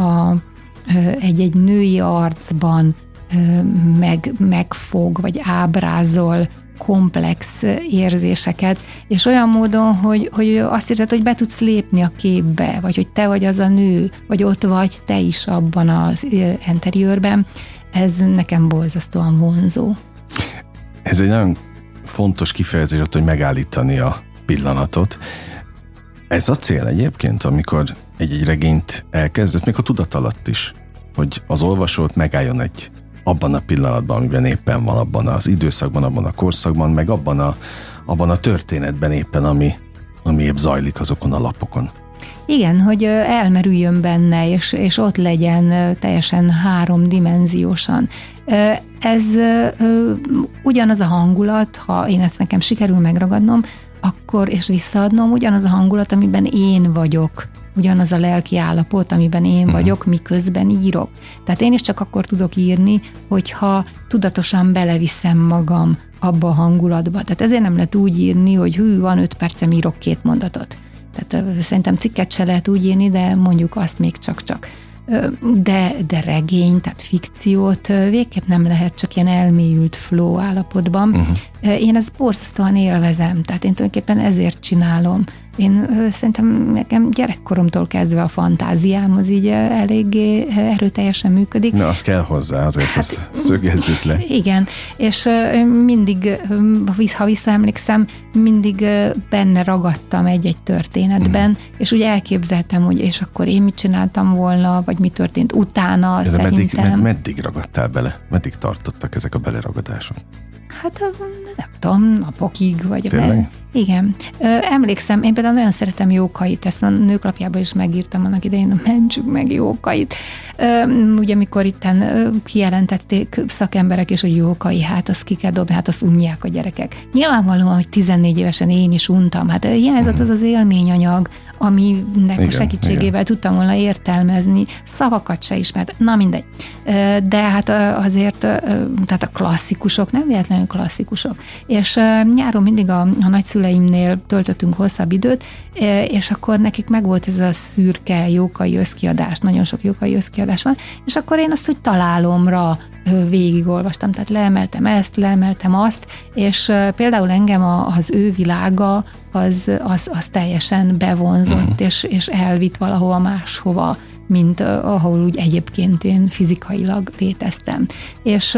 egy női arcban megfog, vagy ábrázol komplex érzéseket, és olyan módon, hogy azt érzed, hogy be tudsz lépni a képbe, vagy hogy te vagy az a nő, vagy ott vagy te is abban az interiőrben, ez nekem borzasztóan vonzó. Ez egy nagyon fontos kifejezés, hogy megállítani a pillanatot. Ez a cél egyébként, amikor egy regényt elkezdesz, még a tudat alatt is, hogy az olvasót megálljon abban a pillanatban, amiben éppen van, abban az időszakban, abban a korszakban, meg abban a történetben éppen, ami épp zajlik azokon a lapokon. Igen, hogy elmerüljön benne, és ott legyen teljesen háromdimenziósan. Ez ugyanaz a hangulat, ha én ezt nekem sikerül megragadnom, akkor és visszaadnom, ugyanaz a hangulat, amiben én vagyok, ugyanaz a lelki állapot, amiben én vagyok, miközben írok. Tehát én is csak akkor tudok írni, hogyha tudatosan beleviszem magam abba a hangulatba. Tehát ezért nem lehet úgy írni, hogy van 5 percem, írok 2 mondatot. Tehát szerintem cikket se lehet úgy írni, de mondjuk azt még csak-csak. De regény, tehát fikciót végképp nem lehet csak ilyen elmélyült flow állapotban. Én ezt borzasztóan élvezem, tehát én tulajdonképpen ezért csinálom. Én szerintem nekem gyerekkoromtól kezdve a fantáziám az így eléggé erőteljesen működik. Na, az kell hozzá, azért azt szögezzük le. Igen, és mindig, ha visszaemlékszem, mindig benne ragadtam egy-egy történetben, és úgy elképzeltem, hogy és akkor én mit csináltam volna, vagy mi történt utána, de szerintem. meddig ragadtál bele? Meddig tartottak ezek a beleragadások? Hát nem tudom, napokig, vagy... Tényleg? Igen. Emlékszem, én például nagyon szeretem Jókait, ezt a Nőklapjában is megírtam annak idején, mentsük meg Jókait. Ugye, amikor itten kijelentették szakemberek is, hogy Jókai, hát azt ki kell dobni, hát azt unják a gyerekek. Nyilvánvalóan, hogy 14 évesen én is untam. Hát hiányzott az élményanyag, aminek a segítségével tudtam volna értelmezni, szavakat se ismert, na mindegy. De hát azért, tehát a klasszikusok nem véletlenül klasszikusok. És nyáron mindig a nagyszüleimnél töltöttünk hosszabb időt, és akkor nekik megvolt ez a szürke Jókai összkiadás, nagyon sok Jókai összkiadás van, és akkor én azt úgy találomra végigolvastam, tehát leemeltem ezt, leemeltem azt, és például engem az ő világa az teljesen bevonzott, és elvitt valahova máshova, mint ahol úgy egyébként én fizikailag léteztem. És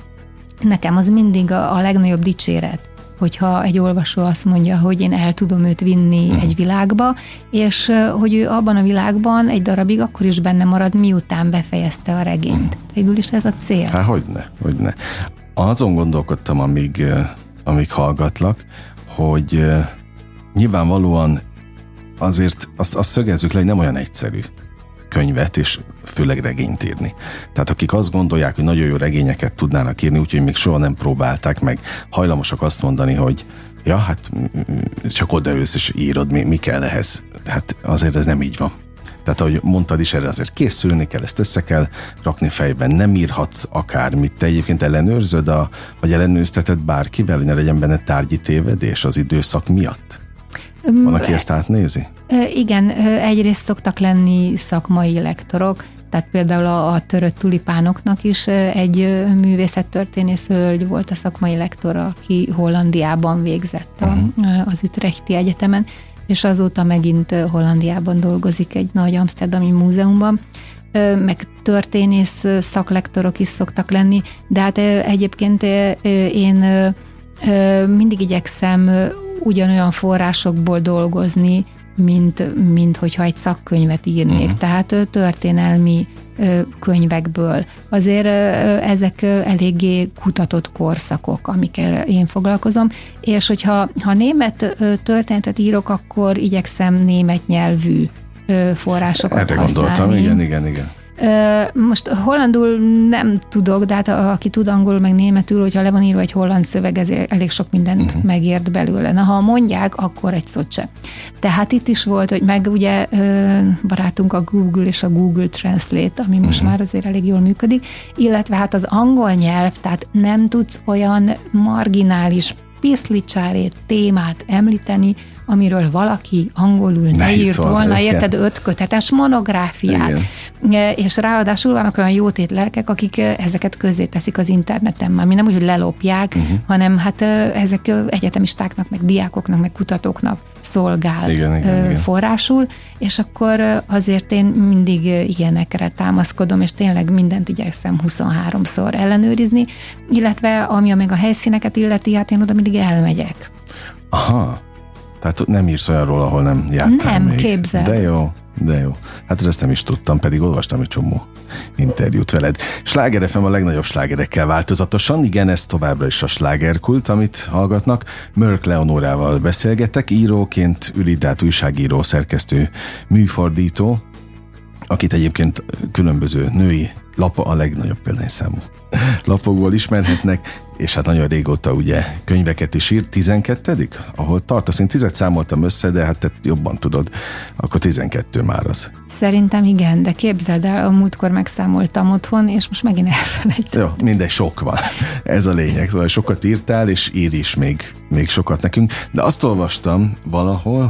nekem az mindig a legnagyobb dicséret, hogyha egy olvasó azt mondja, hogy én el tudom őt vinni egy világba, és hogy ő abban a világban egy darabig akkor is benne marad, miután befejezte a regényt. Végül is ez a cél. Hát hogyne. Azon gondolkodtam, amíg hallgatlak, hogy nyilvánvalóan azért azt szögezzük le, hogy nem olyan egyszerű könyvet, és főleg regényt írni. Tehát akik azt gondolják, hogy nagyon jó regényeket tudnának írni, úgyhogy még soha nem próbálták meg, hajlamosak azt mondani, hogy ja, hát csak odaülsz és írod, mi kell ehhez. Hát azért ez nem így van. Tehát ahogy mondtad is, erre azért készülni kell, ezt össze kell rakni fejben, nem írhatsz akármit. Te egyébként ellenőrzöd, vagy ellenőrizteted bárkivel, hogy ne legyen benne tárgyi tévedés az időszak miatt? Van, aki ezt átnézi? Igen, egyrészt szoktak lenni szakmai lektorok, tehát például a Törött tulipánoknak is egy művészettörténész hölgy volt a szakmai lektor, aki Hollandiában végzett az Utrechti Egyetemen, és azóta megint Hollandiában dolgozik egy nagy amszterdami múzeumban, meg történész szaklektorok is szoktak lenni, de hát egyébként én mindig igyekszem ugyanolyan forrásokból dolgozni, mint hogyha egy szakkönyvet írnék, tehát történelmi könyvekből. Azért ezek eléggé kutatott korszakok, amikkel én foglalkozom, és hogyha német történetet írok, akkor igyekszem német nyelvű forrásokat használni. Erre gondoltam, igen. Most hollandul nem tudok, de hát aki tud angolul meg németül, hogyha le van írva egy holland szöveg, ez elég sok mindent megért belőle. Na, ha mondják, akkor egy szót se. Tehát itt is volt, hogy meg ugye barátunk a Google és a Google Translate, ami most már azért elég jól működik, illetve hát az angol nyelv, tehát nem tudsz olyan marginális piszlicsárét, témát említeni, amiről valaki angolul ne írt volna, érted, 5 kötetes monográfiát. Igen. És ráadásul vannak olyan jótét lelkek, akik ezeket közzéteszik az interneten, már mi nem úgy, hogy lelopják, hanem hát ezek egyetemistáknak, meg diákoknak, meg kutatóknak szolgál igen. forrásul, és akkor azért én mindig ilyenekre támaszkodom, és tényleg mindent igyekszem 23-szor ellenőrizni, illetve ami meg a helyszíneket illeti, hát én oda mindig elmegyek. Aha. Tehát nem írsz olyanról, ahol nem jártál nem, még. Képzeld. De jó. Hát ezt nem is tudtam, pedig olvastam egy csomó interjút veled. Sláger FM a legnagyobb slágerekkel változatosan. Igen, ez továbbra is a slágerkult, amit hallgatnak. Mörk Leonórával beszélgetek, íróként ül itt, tehát újságíró, szerkesztő, műfordító, akit egyébként különböző női a legnagyobb példányszámú lapokból ismerhetnek, és hát nagyon régóta ugye könyveket is írt. 12. ahol tartasz, én 10 számoltam össze, de hát te jobban tudod, akkor 12 már az. Szerintem igen, de képzeld el, a múltkor megszámoltam otthon, és most megint elfelejtem. Jó, mindegy, sok van. Ez a lényeg. Szóval sokat írtál, és ír is még sokat nekünk. De azt olvastam valahol,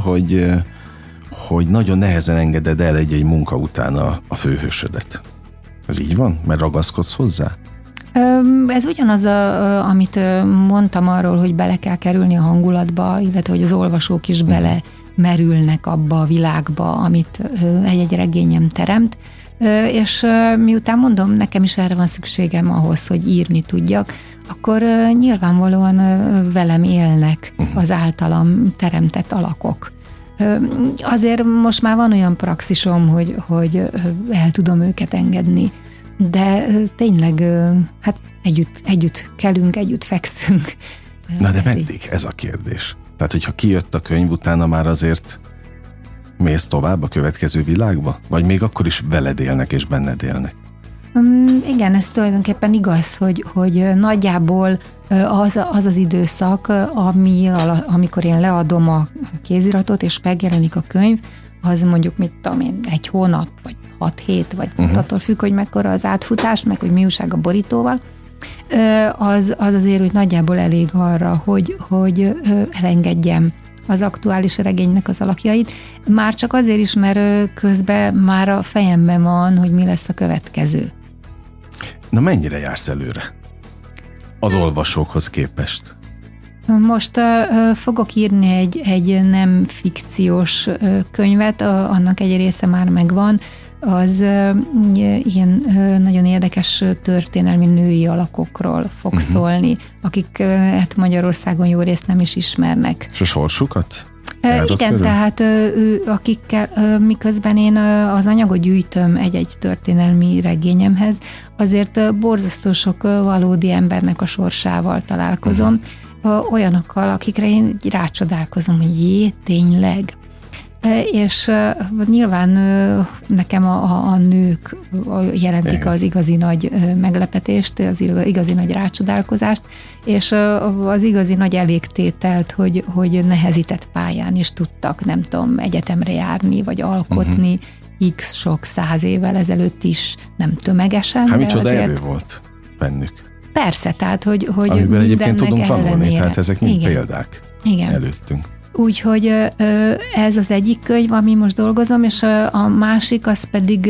hogy nagyon nehezen engeded el egy munka után a főhősödet. Ez így van? Mert ragaszkodsz hozzá? Ez ugyanaz, amit mondtam arról, hogy bele kell kerülni a hangulatba, illetve hogy az olvasók is bele merülnek abba a világba, amit egy-egy regényem teremt, és miután mondom, nekem is erre van szükségem ahhoz, hogy írni tudjak, akkor nyilvánvalóan velem élnek az általam teremtett alakok. Azért most már van olyan praxisom, hogy el tudom őket engedni, de tényleg hát együtt kelünk, együtt fekszünk. Na de meddig? Ez a kérdés. Tehát, hogyha kijött a könyv, utána már azért mész tovább a következő világba? Vagy még akkor is veled élnek és benned élnek? Igen, ez tulajdonképpen igaz, hogy nagyjából az időszak, amikor én leadom a kéziratot, és megjelenik a könyv, az mondjuk, mit tudom én, 1 hónap, vagy 6 hét, vagy attól függ, hogy mekkora az átfutás, meg hogy mi újság a borítóval, az azért, hogy nagyjából elég arra, hogy elengedjem az aktuális regénynek az alakjait. Már csak azért is, mert közben már a fejemben van, hogy mi lesz a következő. Na mennyire jársz előre az olvasókhoz képest? Most fogok írni egy nem fikciós könyvet, annak egy része már megvan, az ilyen nagyon érdekes történelmi női alakokról fog szólni, akik hát Magyarországon jó részt nem is ismernek. És a sorsukat? Igen, körül? Tehát akikkel, miközben én az anyagot gyűjtöm egy-egy történelmi regényemhez, azért borzasztó sok valódi embernek a sorsával találkozom, olyanokkal, akikre én rácsodálkozom, hogy jé, tényleg. És nyilván nekem a nők jelentik az igazi nagy meglepetést, az igazi nagy rácsodálkozást, és az igazi nagy elégtételt, hogy nehezített pályán is tudtak, nem tudom, egyetemre járni, vagy alkotni, x sok 100 évvel ezelőtt is, nem tömegesen. Hát micsoda erő volt bennük. Persze, tehát, hogy amiből egyébként tudunk tanulni, ellenére. Tehát ezek mind példák előttünk. Úgyhogy ez az egyik könyv, ami most dolgozom, és a másik az pedig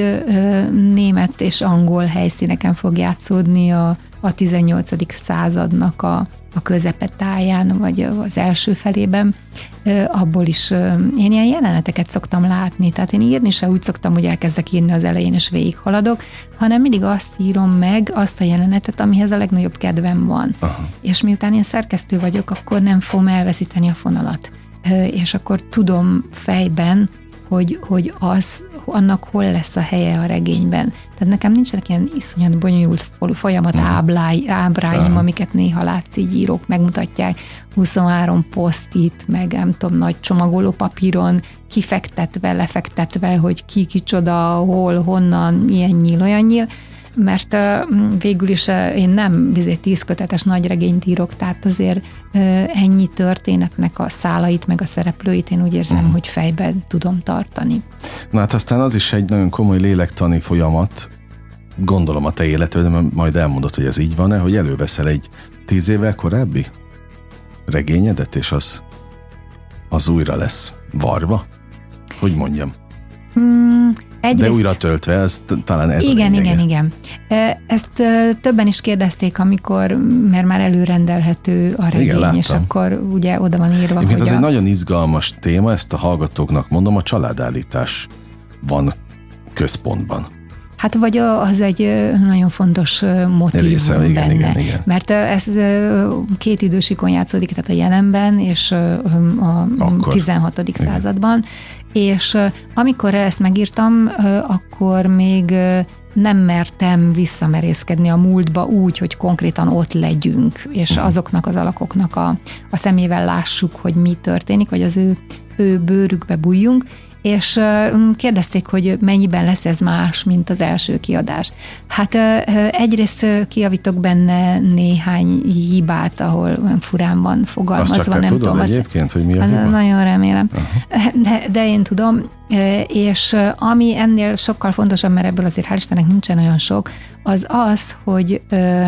német és angol helyszíneken fog játszódni a 18. századnak a közepetáján, vagy az első felében. Abból is én ilyen jeleneteket szoktam látni, tehát én írni se úgy szoktam, hogy elkezdek írni az elején, és végighaladok, hanem mindig azt írom meg, azt a jelenetet, amihez a legnagyobb kedvem van. Aha. És miután én szerkesztő vagyok, akkor nem fogom elveszíteni a fonalat. És akkor tudom fejben, hogy annak hol lesz a helye a regényben. Tehát nekem nincsenek ilyen iszonyat bonyolult folyamat ábráim, amiket néha látsz, így írók megmutatják, 23 posztit, meg nem tudom, nagy csomagoló papíron, kifektetve, lefektetve, hogy ki kicsoda, hol, honnan, milyen nyíl, olyan nyíl, mert végül is én nem 10 kötetes nagy regényt írok, tehát azért ennyi történetnek a szálait, meg a szereplőit én úgy érzem, hogy fejben tudom tartani. Na hát aztán az is egy nagyon komoly lélektani folyamat, gondolom a te életedben, majd elmondod, hogy ez így van-e, hogy előveszel egy 10 évvel korábbi regényedet, és az újra lesz varva? Hogy mondjam? De újra töltve, ez talán ez Igen. Ezt többen is kérdezték, mert már előrendelhető a regény, igen, és akkor ugye oda van írva, hogy ez egy nagyon izgalmas téma, ezt a hallgatóknak mondom, a családállítás van központban. Hát vagy az egy nagyon fontos motívum benne. Igen. Mert ez két idősíkon játszódik, tehát a jelenben és a 16. században, és amikor ezt megírtam, akkor még nem mertem visszamerészkedni a múltba úgy, hogy konkrétan ott legyünk, és azoknak az alakoknak a szemével lássuk, hogy mi történik, vagy az ő bőrükbe bújjunk, és kérdezték, hogy mennyiben lesz ez más, mint az első kiadás. Hát egyrészt kijavítok benne néhány hibát, ahol olyan furán van fogalmazva. Azt csak te tudod egyébként, hogy mi a hiba? Nagyon remélem. De én tudom, és ami ennél sokkal fontosabb, mert ebből azért hál' Istennek nincsen olyan sok, az, hogy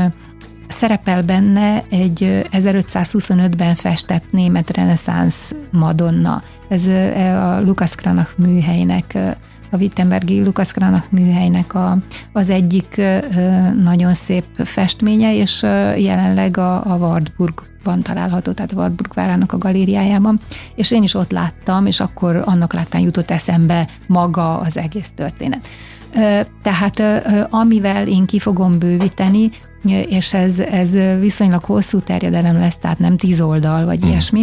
szerepel benne egy 1525-ben festett német reneszánsz Madonna. Ez a Lukas Kranach műhelynek, a Wittenbergi Lukas Kranach műhelynek az egyik nagyon szép festménye, és jelenleg a Wartburgban található, tehát a Wartburg várának a galériájában, és én is ott láttam, és akkor annak láttán jutott eszembe maga az egész történet. Tehát amivel én ki fogom bővíteni, és ez viszonylag hosszú terjedelem lesz, tehát nem 10 oldal, vagy ilyesmi,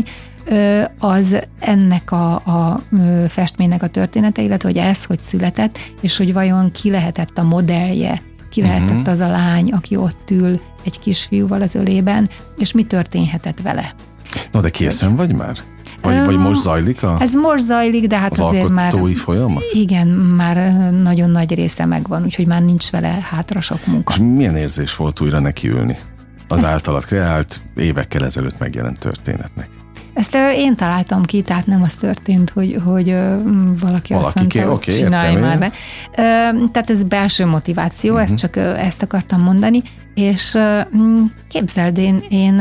az ennek a festménynek a története, illetve hogy ez hogy született, és hogy vajon ki lehetett a modellje, ki lehetett az a lány, aki ott ül egy kisfiúval az ölében, és mi történhetett vele. No, de készen vagy már? Vagy most zajlik Ez most zajlik, de hát az azért már... folyamat? Igen, már nagyon nagy része megvan, úgyhogy már nincs vele hátra sok munka. És milyen érzés volt újra nekiülni az általad kreált, évekkel ezelőtt megjelent történetnek? Ezt én találtam ki, tehát nem az történt, hogy valaki azt mondta, hogy csinálj már be. Tehát ez belső motiváció, ezt csak ezt akartam mondani, és képzeld, én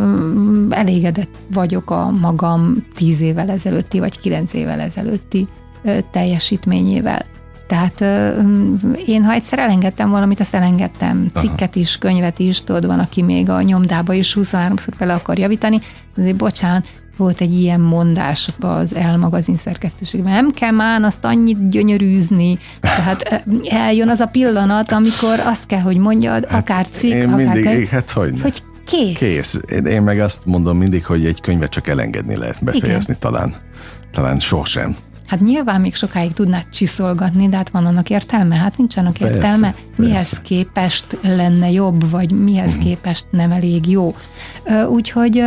elégedett vagyok a magam 10 évvel ezelőtti, vagy 9 évvel ezelőtti teljesítményével. Tehát én, ha egyszer elengedtem valamit, azt elengedtem. Cikket is, könyvet is, tudod, van, aki még a nyomdába is 23-szor bele akar javítani. Azért bocsánat, volt egy ilyen mondás az Elle magazin szerkesztőségben. Nem kell már azt annyit gyönyörűzni. Tehát eljön az a pillanat, amikor azt kell, hogy mondjad, akár cikk, akár könyv, hogy kész. Én meg azt mondom mindig, hogy egy könyvet csak elengedni lehet befejezni, talán sosem. Hát nyilván még sokáig tudnád csiszolgatni, de hát van annak értelme? Hát nincs annak értelme. Mihez képest lenne jobb, vagy mihez képest nem elég jó. Úgyhogy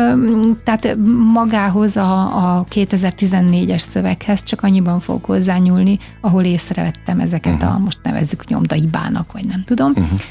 tehát magához a 2014-es szöveghez csak annyiban fogok hozzányúlni, ahol észrevettem ezeket most nevezzük nyomdahibának, vagy nem tudom.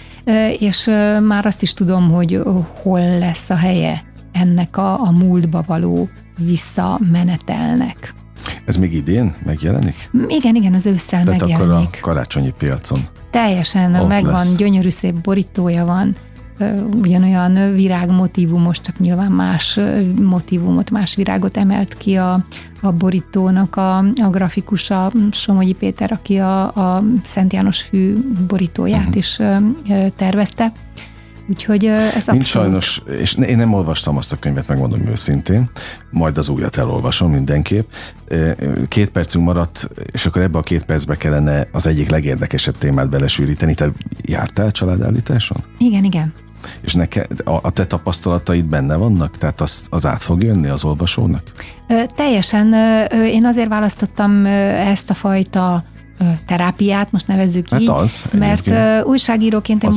És már azt is tudom, hogy hol lesz a helye ennek a múltba való visszamenetelnek. Ez még idén megjelenik? Igen, az ősszel megjelenik. Tehát akkor a karácsonyi piacon. Teljesen megvan, lesz. Gyönyörű szép borítója van, ugyanolyan virágmotívumos, csak nyilván más motívumot, más virágot emelt ki a borítónak a grafikusa, Somogyi Péter, aki a Szent János fű borítóját is tervezte. Úgyhogy ez abszolút... Nincs sajnos, és én nem olvastam azt a könyvet, megmondom őszintén, majd az újat elolvasom mindenképp. 2 percünk maradt, és akkor ebbe a 2 percbe kellene az egyik legérdekesebb témát belesűríteni. Te jártál családállításon? Igen. És a te tapasztalataid benne vannak? Tehát az át fog jönni az olvasónak? Teljesen. Én azért választottam ezt a fajta terápiát, most nevezzük így, mert újságíróként én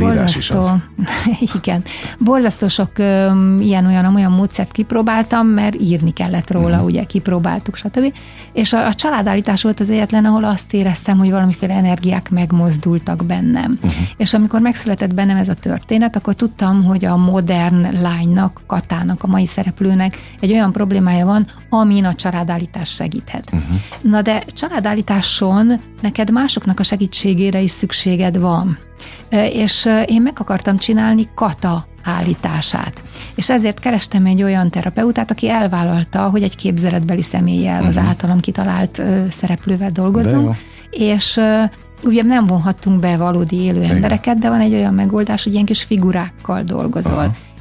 borzasztó sok ilyen-olyan módszert kipróbáltam, mert írni kellett róla, ugye kipróbáltuk, stb. És a családállítás volt az egyetlen, ahol azt éreztem, hogy valamiféle energiák megmozdultak bennem. És amikor megszületett bennem ez a történet, akkor tudtam, hogy a modern lánynak, Katának, a mai szereplőnek egy olyan problémája van, amin a családállítás segíthet. Na de családállításon neked másoknak a segítségére is szükséged van. És én meg akartam csinálni Kata állítását. És ezért kerestem egy olyan terapeutát, aki elvállalta, hogy egy képzeletbeli személlyel, az általam kitalált szereplővel dolgozzunk, és ugye nem vonhattunk be valódi élő embereket, de van egy olyan megoldás, hogy ilyen kis figurákkal dolgozol.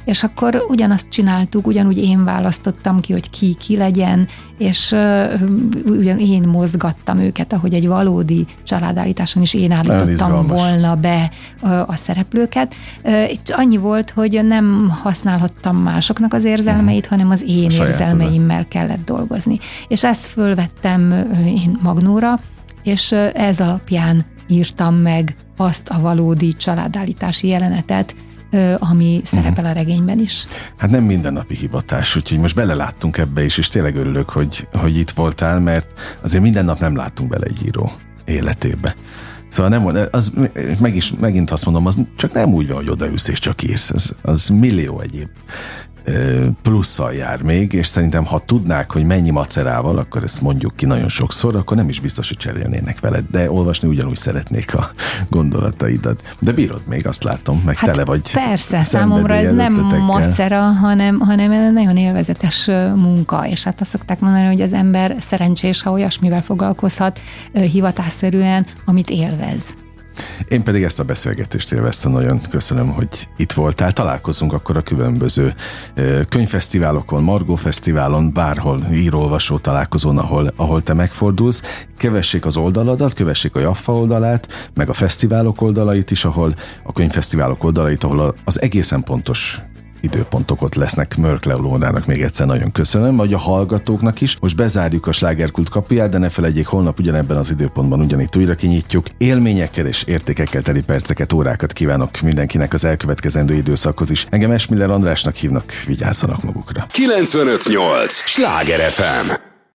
és akkor ugyanazt csináltuk, ugyanúgy én választottam ki, hogy ki legyen, és ugyan én mozgattam őket, ahogy egy valódi családállításon is én állítottam volna be a szereplőket. Itt annyi volt, hogy nem használhattam másoknak az érzelmeit, hanem az én érzelmeimmel kellett dolgozni. És ezt fölvettem én Magnóra, és ez alapján írtam meg azt a valódi családállítási jelenetet, ami szerepel a regényben is. Hát nem mindennapi hivatás, úgyhogy most beleláttunk ebbe is, és tényleg örülök, hogy itt voltál, mert azért minden nap nem láttunk bele egy író életébe. Szóval nem, az, megint azt mondom, az csak nem úgy van, hogy odaülsz és csak írsz. Az millió egyéb plusszal jár még, és szerintem ha tudnák, hogy mennyi macerával, akkor ezt mondjuk ki nagyon sokszor, akkor nem is biztos, hogy cserélnének veled, de olvasni ugyanúgy szeretnék a gondolataidat. De bírod még, azt látom, meg tele vagy. Persze, számomra ez nem macera, hanem nagyon élvezetes munka, és hát azt szokták mondani, hogy az ember szerencsés, ha olyasmivel foglalkozhat hivatásszerűen, amit élvez. Én pedig ezt a beszélgetést élveztem, nagyon köszönöm, hogy itt voltál. Találkozunk akkor a különböző könyvfesztiválokon, Margó Fesztiválon, bárhol író-olvasó találkozón, ahol te megfordulsz. Kövessék az oldaladat, kövessék a Jaffa oldalát, meg a fesztiválok oldalait is, ahol a könyvfesztiválok oldalait, ahol az egészen pontos időpontok ott lesznek. Mörk Leónának még egyszer nagyon köszönöm, vagy a hallgatóknak is. Most bezárjuk a Slágerkult kapuját, de ne felejtjék, holnap ugyanebben az időpontban ugyanitt újra kinyitjuk. Élményekkel és értékekkel teli perceket, órákat kívánok mindenkinek az elkövetkezendő időszakhoz is. Engem Esmiller Andrásnak hívnak, vigyázzanak magukra. 95.8 Sláger FM.